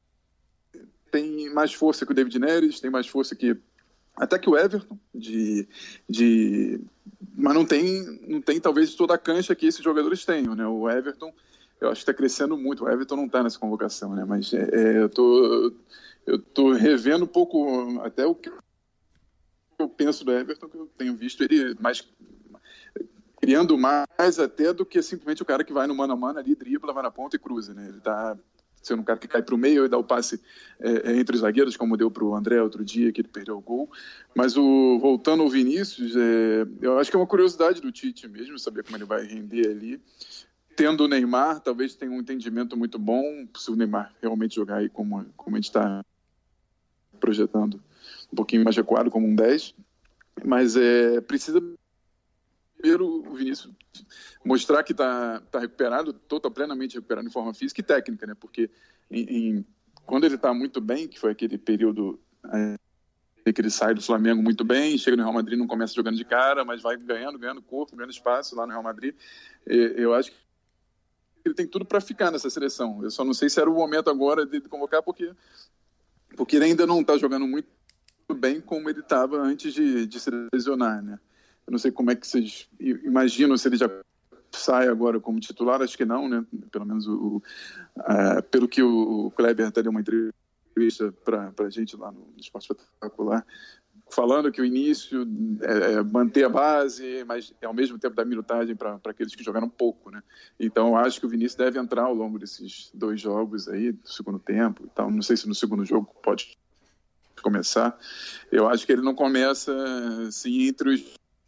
tem mais força que o David Neres, tem mais força que até que o Everton, de, de, mas não tem, não tem talvez toda a cancha que esses jogadores tenham, né? O Everton, eu acho que está crescendo muito. O Everton não está nessa convocação, né? Mas é, é, eu tô, eu tô revendo um pouco até o que eu penso do Everton, que eu tenho visto ele mais criando mais até do que simplesmente o cara que vai no mano a mano ali, dribla, vai na ponta e cruza, né? Ele está sendo um cara que cai para o meio e dá o passe é, entre os zagueiros, como deu para o André outro dia, que ele perdeu o gol. Mas o, voltando ao Vinícius, é, eu acho que é uma curiosidade do Tite mesmo, saber como ele vai render ali. Tendo o Neymar, talvez tenha um entendimento muito bom, se o Neymar realmente jogar aí como, como a gente está projetando, um pouquinho mais recuado, como um dez. Mas é, precisa primeiro o Vinícius mostrar que está tá recuperado, total, plenamente recuperado em forma física e técnica, né? Porque em, em, quando ele está muito bem, que foi aquele período é, que ele sai do Flamengo muito bem, chega no Real Madrid, não começa jogando de cara, mas vai ganhando, ganhando corpo, ganhando espaço lá no Real Madrid. E, eu acho que ele tem tudo para ficar nessa seleção. Eu só não sei se era o momento agora de convocar, porque, porque ele ainda não está jogando muito bem como ele estava antes de, de se lesionar, né? Eu não sei como é que vocês imaginam se ele já sai agora como titular, acho que não, né? Pelo menos o, uh, pelo que o Kleber até deu uma entrevista para a gente lá no Esporte Espetacular, falando que o início é, é manter a base, mas ao mesmo tempo dar minutagem para aqueles que jogaram pouco, né? Então eu acho que o Vinícius deve entrar ao longo desses dois jogos aí, do segundo tempo e tal. Não sei se no segundo jogo pode começar. Eu acho que ele não começa assim entre os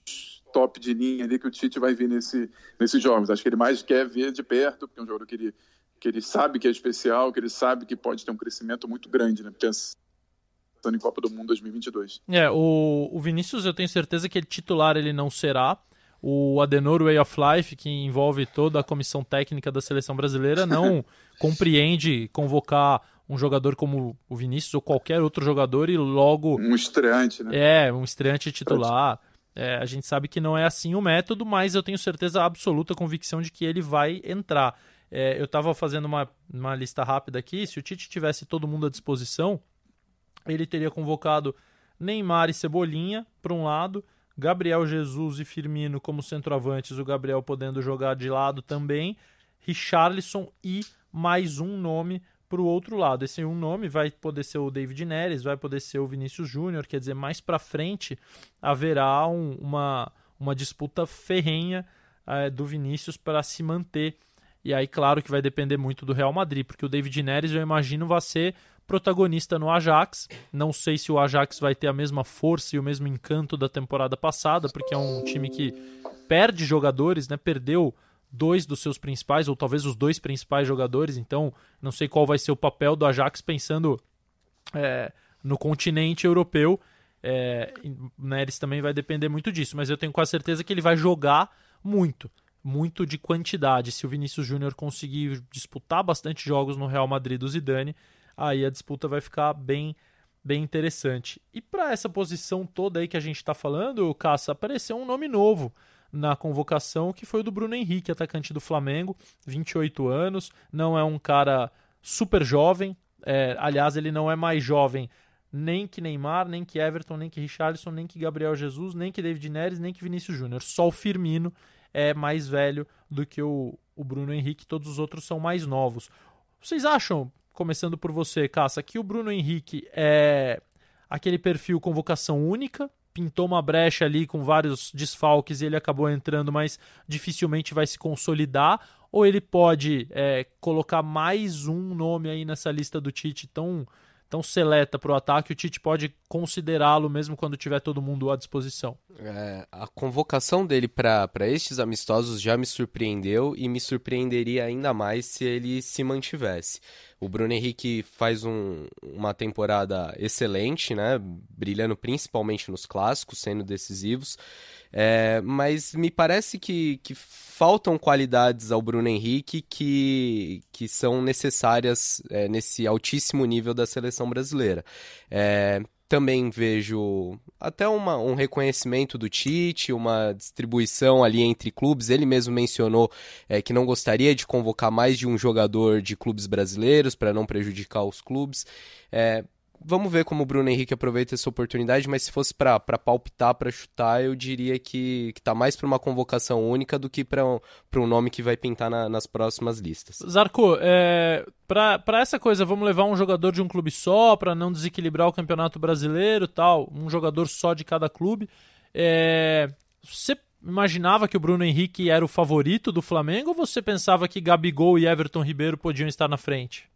top de linha ali que o Tite vai vir nesse, nesses jogos. Acho que ele mais quer ver de perto, porque é um jogador que ele, que ele sabe que é especial, que ele sabe que pode ter um crescimento muito grande, né? Pensando em Copa do Mundo dois mil e vinte e dois. É, o, o Vinícius, eu tenho certeza que ele titular ele não será. O Adenor Way of Life, que envolve toda a comissão técnica da seleção brasileira, não compreende convocar um jogador como o Vinícius ou qualquer outro jogador e logo... Um estreante, né? É, um estreante titular. É, a gente sabe que não é assim o método, mas eu tenho certeza absoluta, convicção de que ele vai entrar. É, eu estava fazendo uma, uma lista rápida aqui, se o Tite tivesse todo mundo à disposição, ele teria convocado Neymar e Cebolinha, por um lado, Gabriel Jesus e Firmino como centroavantes, o Gabriel podendo jogar de lado também, Richarlison e mais um nome para o outro lado. Esse um nome vai poder ser o David Neres, vai poder ser o Vinícius Júnior, quer dizer, mais para frente haverá um, uma, uma disputa ferrenha é, do Vinícius para se manter. E aí, claro que vai depender muito do Real Madrid, porque o David Neres, eu imagino, vai ser protagonista no Ajax. Não sei se o Ajax vai ter a mesma força e o mesmo encanto da temporada passada, porque é um time que perde jogadores, né? Perdeu dois dos seus principais, ou talvez os dois principais jogadores, então não sei qual vai ser o papel do Ajax pensando é, no continente europeu. É, Neres também vai depender muito disso, mas eu tenho quase certeza que ele vai jogar muito, muito de quantidade. Se o Vinícius Júnior conseguir disputar bastante jogos no Real Madrid do Zidane, aí a disputa vai ficar bem, bem interessante. E para essa posição toda aí que a gente está falando, Cassa, apareceu um nome novo na convocação, que foi o do Bruno Henrique, atacante do Flamengo, vinte e oito anos, não é um cara super jovem, é, aliás, ele não é mais jovem nem que Neymar, nem que Everton, nem que Richarlison, nem que Gabriel Jesus, nem que David Neres, nem que Vinícius Júnior. Só o Firmino é mais velho do que o, o Bruno Henrique, todos os outros são mais novos. Vocês acham, começando por você, Cassa, que o Bruno Henrique é aquele perfil convocação única, pintou uma brecha ali com vários desfalques e ele acabou entrando, mas dificilmente vai se consolidar, ou ele pode é, colocar mais um nome aí nessa lista do Tite tão, tão seleta para o ataque, o Tite pode considerá-lo mesmo quando tiver todo mundo à disposição? É, a convocação dele para estes amistosos já me surpreendeu e me surpreenderia ainda mais se ele se mantivesse. O Bruno Henrique faz um, uma temporada excelente, né? Brilhando principalmente nos clássicos, sendo decisivos, é, mas me parece que, que faltam qualidades ao Bruno Henrique que, que são necessárias é, nesse altíssimo nível da seleção brasileira. É, Também vejo até uma, um reconhecimento do Tite, uma distribuição ali entre clubes. Ele mesmo mencionou é, que não gostaria de convocar mais de um jogador de clubes brasileiros para não prejudicar os clubes. É, vamos ver como o Bruno Henrique aproveita essa oportunidade, mas se fosse para palpitar, para chutar, eu diria que está mais para uma convocação única do que para um, um nome que vai pintar na, nas próximas listas. Zarco, é, para essa coisa, vamos levar um jogador de um clube só, para não desequilibrar o Campeonato Brasileiro, tal, um jogador só de cada clube. É, você imaginava que o Bruno Henrique era o favorito do Flamengo, ou você pensava que Gabigol e Everton Ribeiro podiam estar na frente?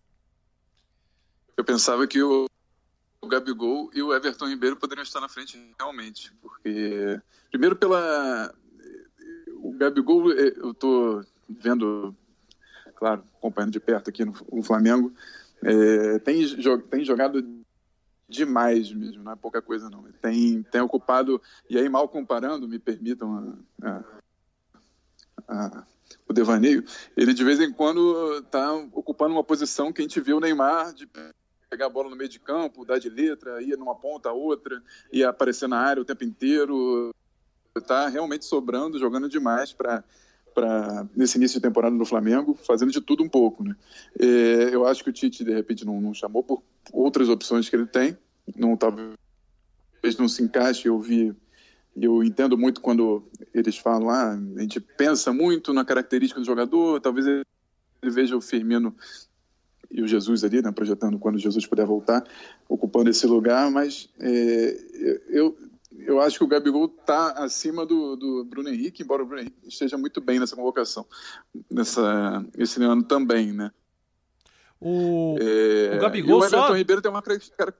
Eu pensava que o, o Gabigol e o Everton Ribeiro poderiam estar na frente realmente, porque primeiro pela o Gabigol, eu estou vendo, claro, acompanhando de perto aqui no, no Flamengo, é, tem, tem jogado demais mesmo, não é pouca coisa não. Tem, tem ocupado, e aí mal comparando, me permitam a, a, a, o devaneio, ele de vez em quando está ocupando uma posição que a gente viu o Neymar de pegar a bola no meio de campo, dar de letra, ia numa ponta a outra, ia aparecer na área o tempo inteiro. Está realmente sobrando, jogando demais para para nesse início de temporada do Flamengo, fazendo de tudo um pouco, né? É, eu acho que o Tite, de repente, não, não chamou por outras opções que ele tem, não, talvez não se encaixe. Eu vi, eu entendo muito quando eles falam, ah, a gente pensa muito na característica do jogador, talvez ele veja o Firmino e o Jesus ali, né, projetando quando Jesus puder voltar, ocupando esse lugar, mas é, eu, eu acho que o Gabigol está acima do, do Bruno Henrique, embora o Bruno Henrique esteja muito bem nessa convocação, nessa, esse ano também, né? O, é, o Gabigol e o Everton só... Ribeiro tem uma característica...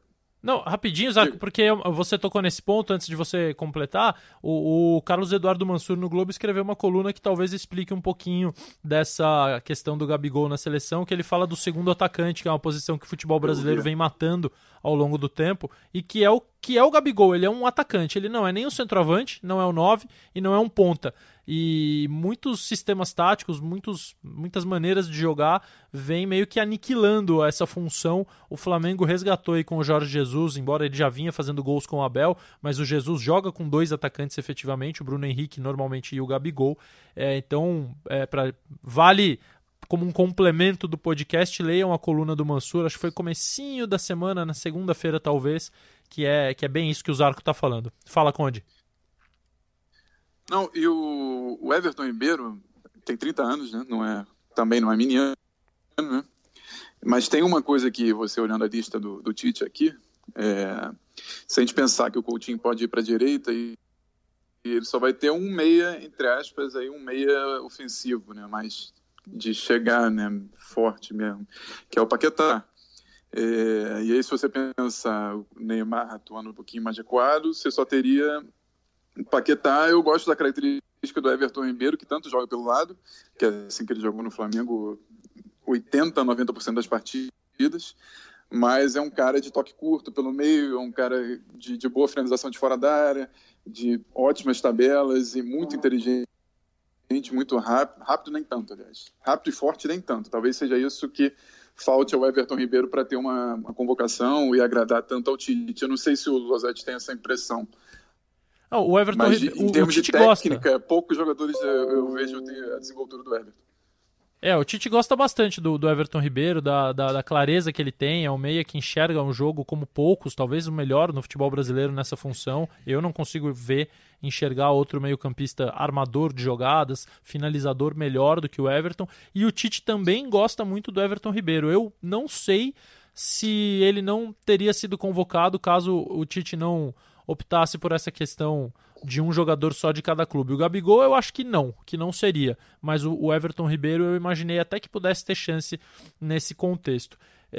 Não, rapidinho, Zarco, porque você tocou nesse ponto, antes de você completar, o, o Carlos Eduardo Mansur no Globo escreveu uma coluna que talvez explique um pouquinho dessa questão do Gabigol na seleção, que ele fala do segundo atacante, que é uma posição que o futebol brasileiro vem matando ao longo do tempo, e que é o que é o Gabigol, ele é um atacante, ele não é nem um centroavante, não é o nove e não é um ponta. E muitos sistemas táticos, muitos, muitas maneiras de jogar vêm meio que aniquilando essa função. O Flamengo resgatou aí com o Jorge Jesus, embora ele já vinha fazendo gols com o Abel, mas o Jesus joga com dois atacantes efetivamente, o Bruno Henrique normalmente e o Gabigol. É, então, é, pra, vale como um complemento do podcast, leiam a coluna do Mansur, acho que foi comecinho da semana, na segunda-feira talvez, que é, que é bem isso que o Zarco está falando. Fala, Conde. Não, e o, o Everton Ribeiro tem trinta anos, né? Não é, também não é menino, né? Mas tem uma coisa que você olhando a lista do, do Tite aqui, é, se a gente pensar que o Coutinho pode ir para a direita e, e ele só vai ter um meia, entre aspas, aí um meia ofensivo, né? Mais de chegar, né? Forte mesmo, que é o Paquetá. É, e aí se você pensar o Neymar atuando um pouquinho mais recuado, você só teria o Paquetá. Eu gosto da característica do Everton Ribeiro, que tanto joga pelo lado, que é assim que ele jogou no Flamengo oitenta, noventa por cento das partidas, mas é um cara de toque curto pelo meio, é um cara de, de boa finalização de fora da área, de ótimas tabelas e muito inteligente, muito rápido, rápido nem tanto, aliás. Rápido e forte nem tanto. Talvez seja isso que falte ao Everton Ribeiro para ter uma, uma convocação e agradar tanto ao Tite. Eu não sei se o Losetti tem essa impressão. Não, o Everton Mas, Ribeiro, em o, termos o Tite de técnica, gosta. poucos jogadores eu, eu vejo a desenvoltura do Everton. É, o Tite gosta bastante do, do Everton Ribeiro, da, da, da clareza que ele tem, é um meia que enxerga um jogo como poucos, talvez o melhor no futebol brasileiro nessa função. Eu não consigo ver, enxergar outro meio-campista armador de jogadas, finalizador melhor do que o Everton, e o Tite também gosta muito do Everton Ribeiro. Eu não sei se ele não teria sido convocado caso o Tite não optasse por essa questão de um jogador só de cada clube. O Gabigol eu acho que não, que não seria, mas o, o Everton Ribeiro eu imaginei até que pudesse ter chance nesse contexto.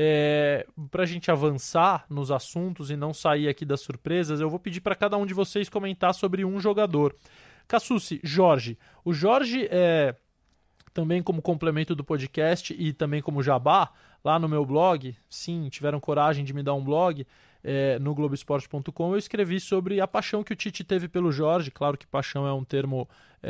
É, para a gente avançar nos assuntos e não sair aqui das surpresas, eu vou pedir para cada um de vocês comentar sobre um jogador. Cassucci, Jorge. O Jorge é também como complemento do podcast e também como jabá, lá no meu blog, sim, tiveram coragem de me dar um blog, é, no globo esporte ponto com, eu escrevi sobre a paixão que o Tite teve pelo Jorge. Claro que paixão é um termo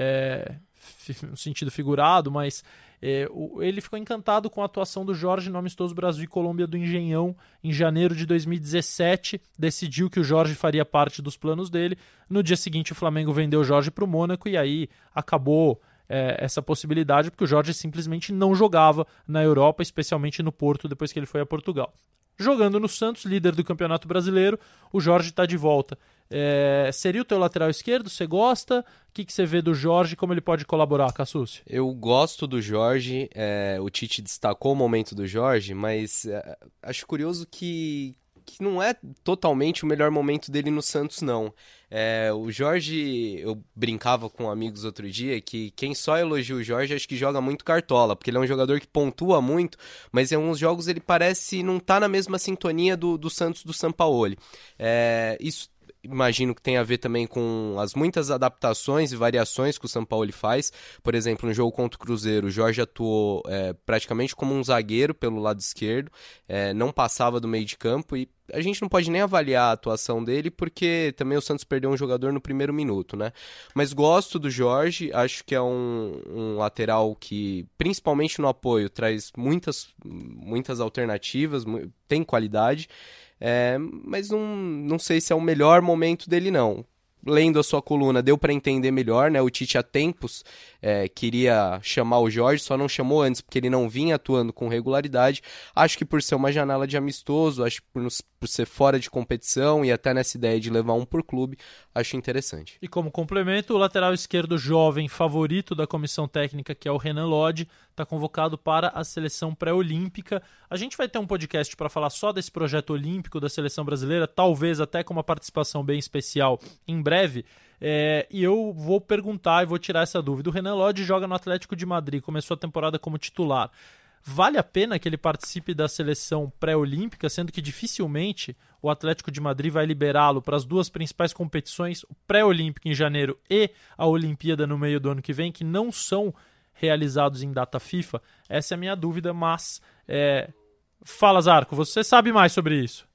é, no sentido figurado, mas é, o, ele ficou encantado com a atuação do Jorge no amistoso Brasil e Colômbia do Engenhão em janeiro de dois mil e dezessete, decidiu que o Jorge faria parte dos planos dele. No dia seguinte o Flamengo vendeu o Jorge para o Mônaco e aí acabou É, essa possibilidade, porque o Jorge simplesmente não jogava na Europa, especialmente no Porto, depois que ele foi a Portugal. Jogando no Santos, líder do Campeonato Brasileiro, o Jorge está de volta. É, seria o teu lateral esquerdo? Você gosta? O que, que você vê do Jorge? Como ele pode colaborar, Cassucci? Eu gosto do Jorge, é, o Tite destacou o momento do Jorge, mas é, acho curioso que, que não é totalmente o melhor momento dele no Santos, não. É, o Jorge, eu brincava com amigos outro dia que quem só elogia o Jorge acho que joga muito cartola, porque ele é um jogador que pontua muito, mas em alguns jogos ele parece não estar tá na mesma sintonia do, do Santos do Sampaoli. É, isso imagino que tem a ver também com as muitas adaptações e variações que o Sampaoli faz. Por exemplo, no jogo contra o Cruzeiro, o Jorge atuou é, praticamente como um zagueiro pelo lado esquerdo, é, não passava do meio de campo, e a gente não pode nem avaliar a atuação dele, porque também o Santos perdeu um jogador no primeiro minuto, né? Mas gosto do Jorge, acho que é um, um lateral que, principalmente no apoio, traz muitas, muitas alternativas, tem qualidade. É, mas não, não sei se é o melhor momento dele, não. Lendo a sua coluna, deu para entender melhor, né? O Tite há tempos é, queria chamar o Jorge, só não chamou antes porque ele não vinha atuando com regularidade. Acho que por ser uma janela de amistoso, acho que por, por ser fora de competição e até nessa ideia de levar um por clube, acho interessante. E como complemento, o lateral esquerdo jovem favorito da comissão técnica, que é o Renan Lodge, está convocado para a seleção pré-olímpica. A gente vai ter um podcast para falar só desse projeto olímpico da seleção brasileira, talvez até com uma participação bem especial em breve. É, e eu vou perguntar e vou tirar essa dúvida. O Renan Lodge joga no Atlético de Madrid, começou a temporada como titular. vale a pena que ele participe da seleção pré-olímpica, sendo que dificilmente o Atlético de Madrid vai liberá-lo para as duas principais competições, o pré-olímpico em janeiro e a Olimpíada no meio do ano que vem, que não são realizados em data FIFA? Essa é a minha dúvida, mas é... fala, Zarco, você sabe mais sobre isso?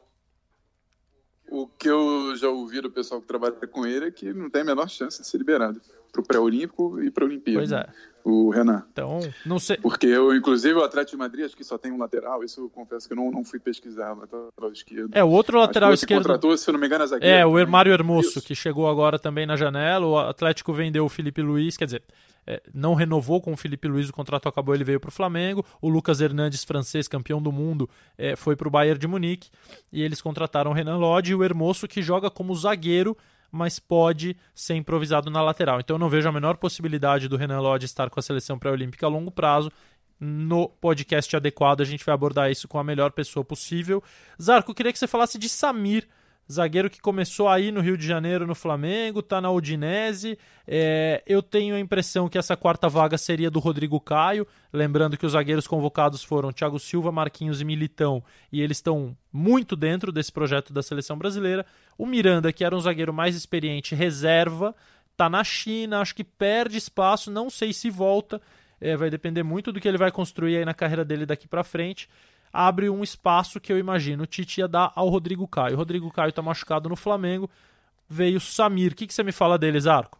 O que eu já ouvi do pessoal que trabalha com ele é que não tem a menor chance de ser liberado para o pré-olímpico e para a Olimpíada. Pois é. O Renan. Então, não sei. Porque eu, inclusive, o Atlético de Madrid, acho que só tem um lateral, isso eu confesso que eu não, não fui pesquisar, o lateral esquerdo. É, o outro lateral acho que esquerdo. contratou, se eu não me engano, a zagueira. É, o também. Mário Hermoso, Isso. que chegou agora também na janela. O Atlético vendeu o Felipe Luiz, quer dizer, é, não renovou com o Felipe Luiz, o contrato acabou, ele veio para o Flamengo. O Lucas Hernandes, francês, campeão do mundo, é, foi para o Bayern de Munique. E eles contrataram o Renan Lodge e o Hermoso, que joga como zagueiro, mas pode ser improvisado na lateral. Então eu não vejo a menor possibilidade do Renan Lodge estar com a seleção pré-olímpica a longo prazo. No podcast adequado a gente vai abordar isso com a melhor pessoa possível. Zarco, eu queria que você falasse de Samir, zagueiro que começou aí no Rio de Janeiro no Flamengo, tá na Udinese. É, eu tenho a impressão que essa quarta vaga seria do Rodrigo Caio, lembrando que os zagueiros convocados foram Thiago Silva, Marquinhos e Militão, e eles estão muito dentro desse projeto da seleção brasileira. O Miranda, que era um zagueiro mais experiente, reserva, tá na China, acho que perde espaço, não sei se volta, é, vai depender muito do que ele vai construir aí na carreira dele daqui para frente. Abre um espaço que eu imagino o Tite ia dar ao Rodrigo Caio. O Rodrigo Caio está machucado no Flamengo, veio Samir. O que, que você me fala dele, Zarco?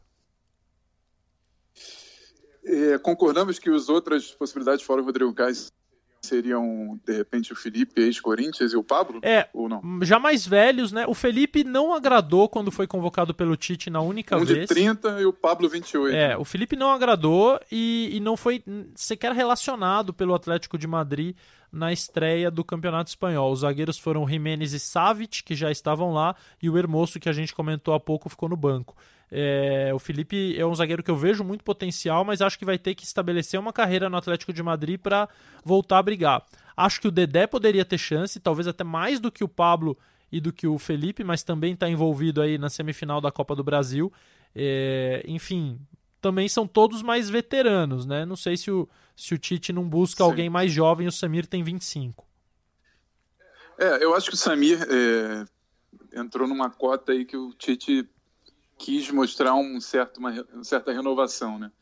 É, concordamos que as outras possibilidades fora o Rodrigo Caio seriam, de repente, o Felipe, ex-Corinthians, e o Pablo? É, ou não? Já mais velhos, né? O Felipe não agradou quando foi convocado pelo Tite na única um vez. Um de trinta e o Pablo vinte e oito. É, o Felipe não agradou e, e não foi sequer relacionado pelo Atlético de Madrid na estreia do Campeonato Espanhol. Os zagueiros foram Jiménez e Savic, que já estavam lá, e o Hermoso, que a gente comentou há pouco, ficou no banco. É, o Felipe é um zagueiro que eu vejo muito potencial, mas acho que vai ter que estabelecer uma carreira no Atlético de Madrid para voltar a brigar. Acho que o Dedé poderia ter chance, talvez até mais do que o Pablo e do que o Felipe, mas também está envolvido aí na semifinal da Copa do Brasil. É, enfim, também são todos mais veteranos, né? Não sei se o, se o Tite não busca Sim. alguém mais jovem, o Samir tem vinte e cinco. É, eu acho que o Samir é, entrou numa cota aí que o Tite quis mostrar um certo, uma, uma certa renovação, né?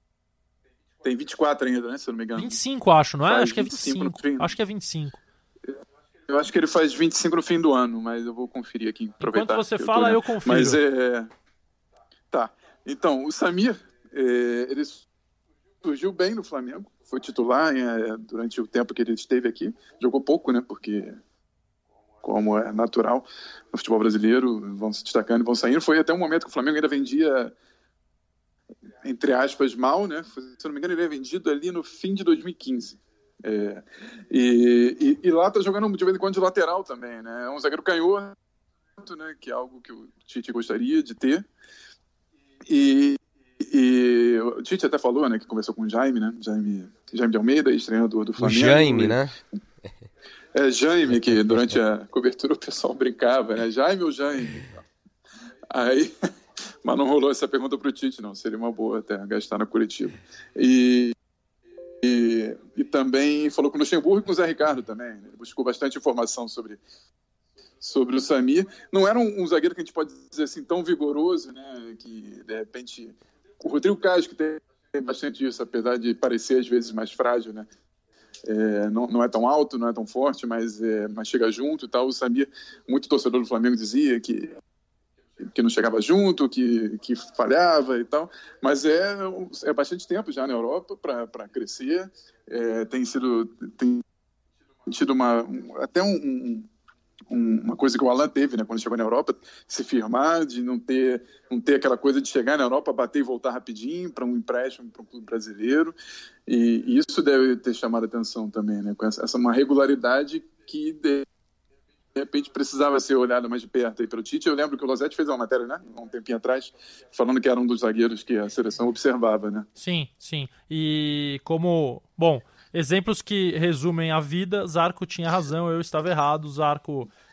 Tem vinte e quatro ainda, né? Se eu não me engano. vinte e cinco, acho, não é? Faz acho que é vinte e cinco. Acho que é vinte e cinco. Eu acho que ele faz vinte e cinco no fim do ano, mas eu vou conferir aqui. Aproveitar Enquanto você fala, eu, eu confiro. Mas é... Tá. Então, o Samir, é, ele surgiu bem no Flamengo. Foi titular é, durante o tempo que ele esteve aqui. Jogou pouco, né? Porque... como é natural no futebol brasileiro, vão se destacando e vão saindo. Foi até um momento que o Flamengo ainda vendia, entre aspas, mal, né? Se eu não me engano, ele é vendido ali no fim de dois mil e quinze. É, e, e, e lá tá jogando de vez em quando de lateral também, né? É um zagueiro canhoto, né? Que é algo que o Tite gostaria de ter. E, e o Tite até falou, né? Que conversou com o Jaime, né? Jaime, Jaime de Almeida, ex-treinador do Flamengo. O Jaime, né? É, Jaime, que durante a cobertura o pessoal brincava, né? Jaime ou Jaime? Aí, mas não rolou essa pergunta pro Tite, não. Seria uma boa até gastar na Curitiba. E, e, e também falou com o Luxemburgo e com o Zé Ricardo também. Ele buscou bastante informação sobre, sobre o Samir. Não era um, um zagueiro que a gente pode dizer assim tão vigoroso, né? Que, de repente, o Rodrigo Caio, que tem bastante disso, apesar de parecer às vezes mais frágil, né? É, não, não é tão alto, não é tão forte, mas, é, mas chega junto e tal. O Samir, muito torcedor do Flamengo, dizia que, que não chegava junto, que, que falhava e tal, mas é, é bastante tempo já na Europa para crescer. É, tem sido tem tido uma, um, até um, um, uma coisa que o Alan teve, né, quando chegou na Europa, se firmar, de não ter, não ter aquela coisa de chegar na Europa, bater e voltar rapidinho para um empréstimo para um clube brasileiro. E, e isso deve ter chamado a atenção também, né, com essa, essa uma regularidade que de, de repente precisava ser olhada mais de perto aí pelo Tite. Eu lembro que o Losetti fez uma matéria, né, um tempinho atrás, falando que era um dos zagueiros que a seleção observava, né? Sim, sim. E como, bom, exemplos que resumem a vida, Zarco tinha razão, eu estava errado. Zarco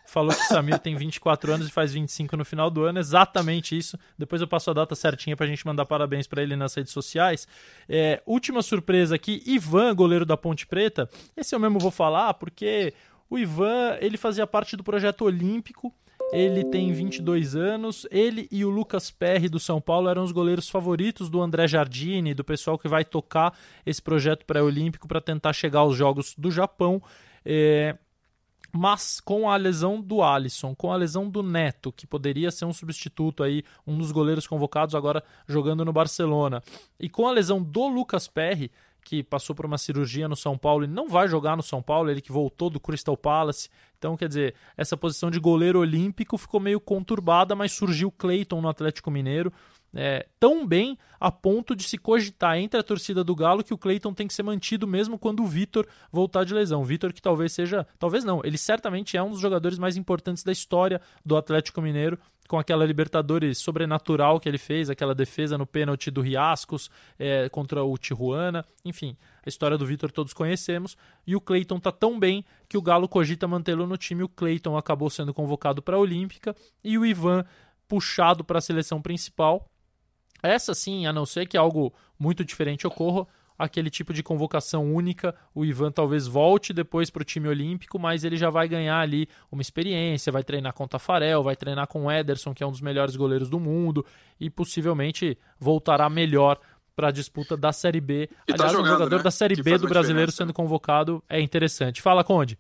falou que Samir tem vinte e quatro anos e faz vinte e cinco no final do ano, exatamente isso. Depois eu passo a data certinha pra gente mandar parabéns pra ele nas redes sociais. É, última surpresa aqui, Ivan, goleiro da Ponte Preta. Esse eu mesmo vou falar porque o Ivan, ele fazia parte do projeto olímpico. Ele tem vinte e dois anos, ele e o Lucas Perry do São Paulo eram os goleiros favoritos do André Jardine, do pessoal que vai tocar esse projeto pré-olímpico para tentar chegar aos Jogos do Japão. É... Mas com a lesão do Alisson, com a lesão do Neto, que poderia ser um substituto aí, um dos goleiros convocados agora jogando no Barcelona, e com a lesão do Lucas Perry, que passou por uma cirurgia no São Paulo e não vai jogar no São Paulo, ele que voltou do Crystal Palace. Então, quer dizer, essa posição de goleiro olímpico ficou meio conturbada, mas surgiu o Cleiton no Atlético Mineiro, é, tão bem a ponto de se cogitar entre a torcida do Galo que o Cleiton tem que ser mantido mesmo quando o Vitor voltar de lesão. O Vitor que talvez seja, talvez não, ele certamente é um dos jogadores mais importantes da história do Atlético Mineiro, com aquela Libertadores sobrenatural que ele fez, aquela defesa no pênalti do Riascos é, contra o Tijuana, enfim, a história do Vitor todos conhecemos, e o Cleiton tá tão bem que o Galo cogita mantê-lo no time. O Cleiton acabou sendo convocado para a Olímpica e o Ivan puxado para a seleção principal. Essa sim, a não ser que algo muito diferente ocorra, aquele tipo de convocação única, o Ivan talvez volte depois para o time olímpico, mas ele já vai ganhar ali uma experiência, vai treinar com o Tafarel, vai treinar com o Ederson, que é um dos melhores goleiros do mundo, e possivelmente voltará melhor para a disputa da Série B. E Aliás, tá jogando, um jogador né? da Série Que B faz do uma brasileiro diferença. sendo convocado é interessante. Fala, Conde.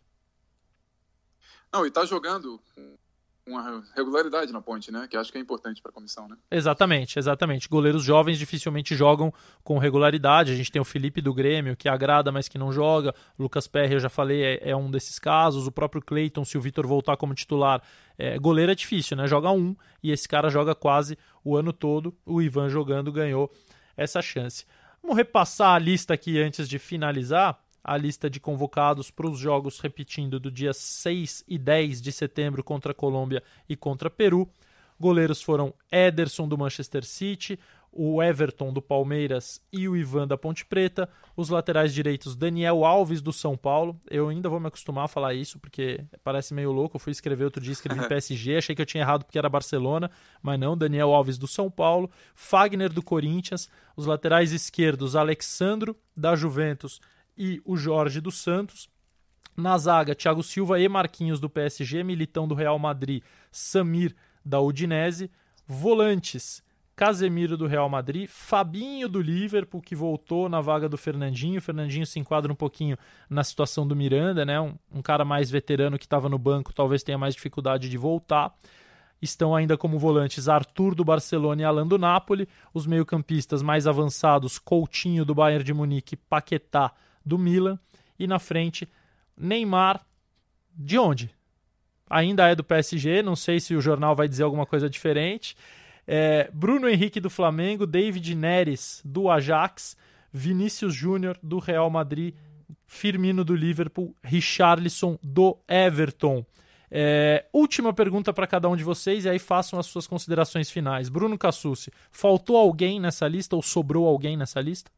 Não, e tá jogando com uma regularidade na Ponte, né? Que acho que é importante para a comissão, né? Exatamente, exatamente. Goleiros jovens dificilmente jogam com regularidade. A gente tem o Felipe do Grêmio, que agrada, mas que não joga. O Lucas Perry, eu já falei, é, é um desses casos. O próprio Cleiton, se o Vitor voltar como titular. É, goleiro é difícil, né? Joga um e esse cara joga quase o ano todo. O Ivan jogando ganhou essa chance. Vamos repassar a lista aqui antes de finalizar. A lista de convocados para os jogos, repetindo, do dia seis e dez de setembro contra a Colômbia e contra Peru. Goleiros foram Ederson do Manchester City, o Everton do Palmeiras e o Ivan da Ponte Preta. Os laterais direitos, Daniel Alves do São Paulo. Eu ainda vou me acostumar a falar isso, porque parece meio louco. Eu fui escrever outro dia, escrevi P S G, achei que eu tinha errado porque era Barcelona, mas não, Daniel Alves do São Paulo. Fagner do Corinthians. Os laterais esquerdos, Alexandro da Juventus e o Jorge dos Santos. Na zaga, Thiago Silva e Marquinhos do P S G, Militão do Real Madrid, Samir da Udinese. Volantes, Casemiro do Real Madrid, Fabinho do Liverpool, que voltou na vaga do Fernandinho. O Fernandinho se enquadra um pouquinho na situação do Miranda, né? um, um cara mais veterano que estava no banco, talvez tenha mais dificuldade de voltar. Estão ainda como volantes Arthur do Barcelona e Alan do Napoli. Os meio-campistas mais avançados, Coutinho do Bayern de Munique, Paquetá do Milan, e na frente Neymar, de onde? Ainda é do P S G, não sei se o jornal vai dizer alguma coisa diferente. É, Bruno Henrique do Flamengo, David Neres do Ajax, Vinícius Júnior do Real Madrid, Firmino do Liverpool, Richarlison do Everton. É, última pergunta para cada um de vocês e aí façam as suas considerações finais. Bruno Cassucci, faltou alguém nessa lista ou sobrou alguém nessa lista?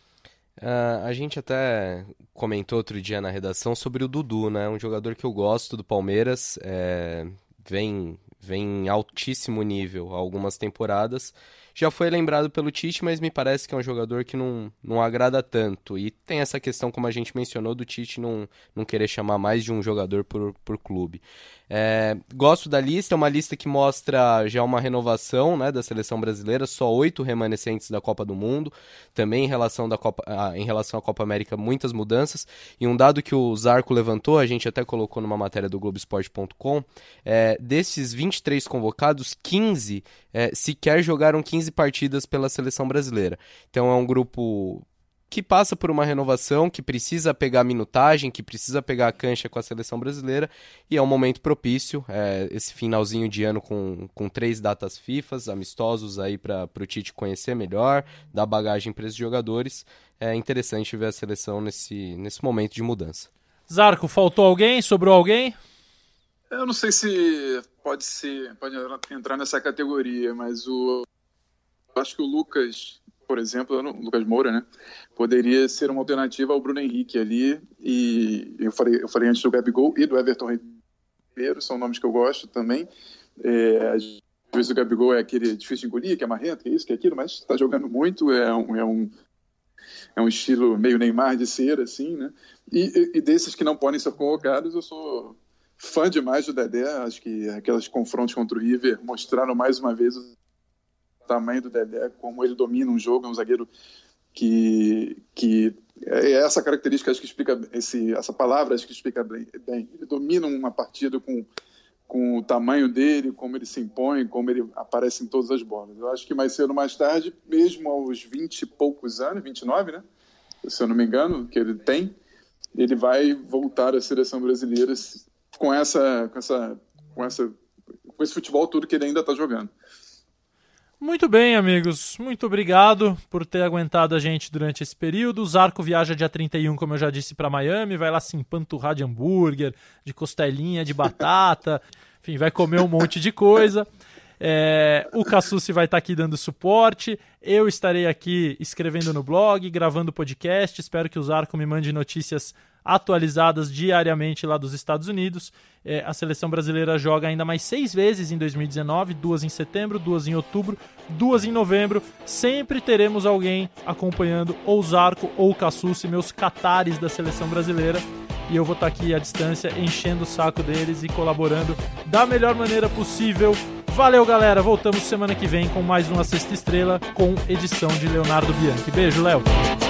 Uh, a gente até comentou outro dia na redação sobre o Dudu, né? Um jogador que eu gosto do Palmeiras, é, vem, vem em altíssimo nível há algumas temporadas. Já foi lembrado pelo Tite, mas me parece que é um jogador que não, não agrada tanto. E tem essa questão, como a gente mencionou, do Tite não, não querer chamar mais de um jogador por, por clube. É, gosto da lista, é uma lista que mostra já uma renovação, né, da seleção brasileira, só oito remanescentes da Copa do Mundo, também em relação, da Copa, ah, em relação à Copa América, muitas mudanças, e um dado que o Zarco levantou, a gente até colocou numa matéria do Globo Esporte ponto com, é, desses vinte e três convocados, quinze é, sequer jogaram quinze partidas pela seleção brasileira, então é um grupo que passa por uma renovação, que precisa pegar minutagem, que precisa pegar a cancha com a seleção brasileira, e é um momento propício, é, esse finalzinho de ano com, com três datas FIFA, amistosos aí para o Tite conhecer melhor, dar bagagem para esses jogadores. É interessante ver a seleção nesse, nesse momento de mudança. Zarco, faltou alguém? Sobrou alguém? Eu não sei se pode ser, pode entrar nessa categoria, mas o eu acho que o Lucas, por exemplo, o Lucas Moura, né, poderia ser uma alternativa ao Bruno Henrique ali, e eu falei, eu falei antes do Gabigol e do Everton Ribeiro, são nomes que eu gosto também. É, às vezes o Gabigol é aquele difícil de engolir, que é marrento, que é isso, que é aquilo, mas está jogando muito, é um, é, um, é um estilo meio Neymar de ser, assim, né? E, e desses que não podem ser convocados, eu sou fã demais do Dedé. Acho que aquelas confrontos contra o River mostraram mais uma vez o tamanho do Dedé, como ele domina um jogo, é um zagueiro que, que é essa característica, acho que explica, esse, essa palavra acho que explica bem, bem. Ele domina uma partida com, com o tamanho dele, como ele se impõe, como ele aparece em todas as bolas. Eu acho que mais cedo ou mais tarde, mesmo aos vinte e poucos anos, vinte e nove, né? Se eu não me engano, que ele tem, ele vai voltar à seleção brasileira com essa, com essa, com essa, com esse futebol tudo que ele ainda está jogando. Muito bem, amigos. Muito obrigado por ter aguentado a gente durante esse período. O Zarco viaja dia trinta e um, como eu já disse, para Miami. Vai lá se empanturrar de hambúrguer, de costelinha, de batata. Enfim, vai comer um monte de coisa. É, o Cassucci vai estar aqui dando suporte. Eu estarei aqui escrevendo no blog, gravando podcast. Espero que o Zarco me mande notícias atualizadas diariamente lá dos Estados Unidos. É, a seleção brasileira joga ainda mais seis vezes em dois mil e dezenove, duas em setembro, duas em outubro, duas em novembro. Sempre teremos alguém acompanhando ou o Zarco ou o Cassucci, meus catares da seleção brasileira. E eu vou estar aqui à distância enchendo o saco deles e colaborando da melhor maneira possível. Valeu, galera. Voltamos semana que vem com mais uma Sexta Estrela com edição de Leonardo Bianchi. Beijo, Léo.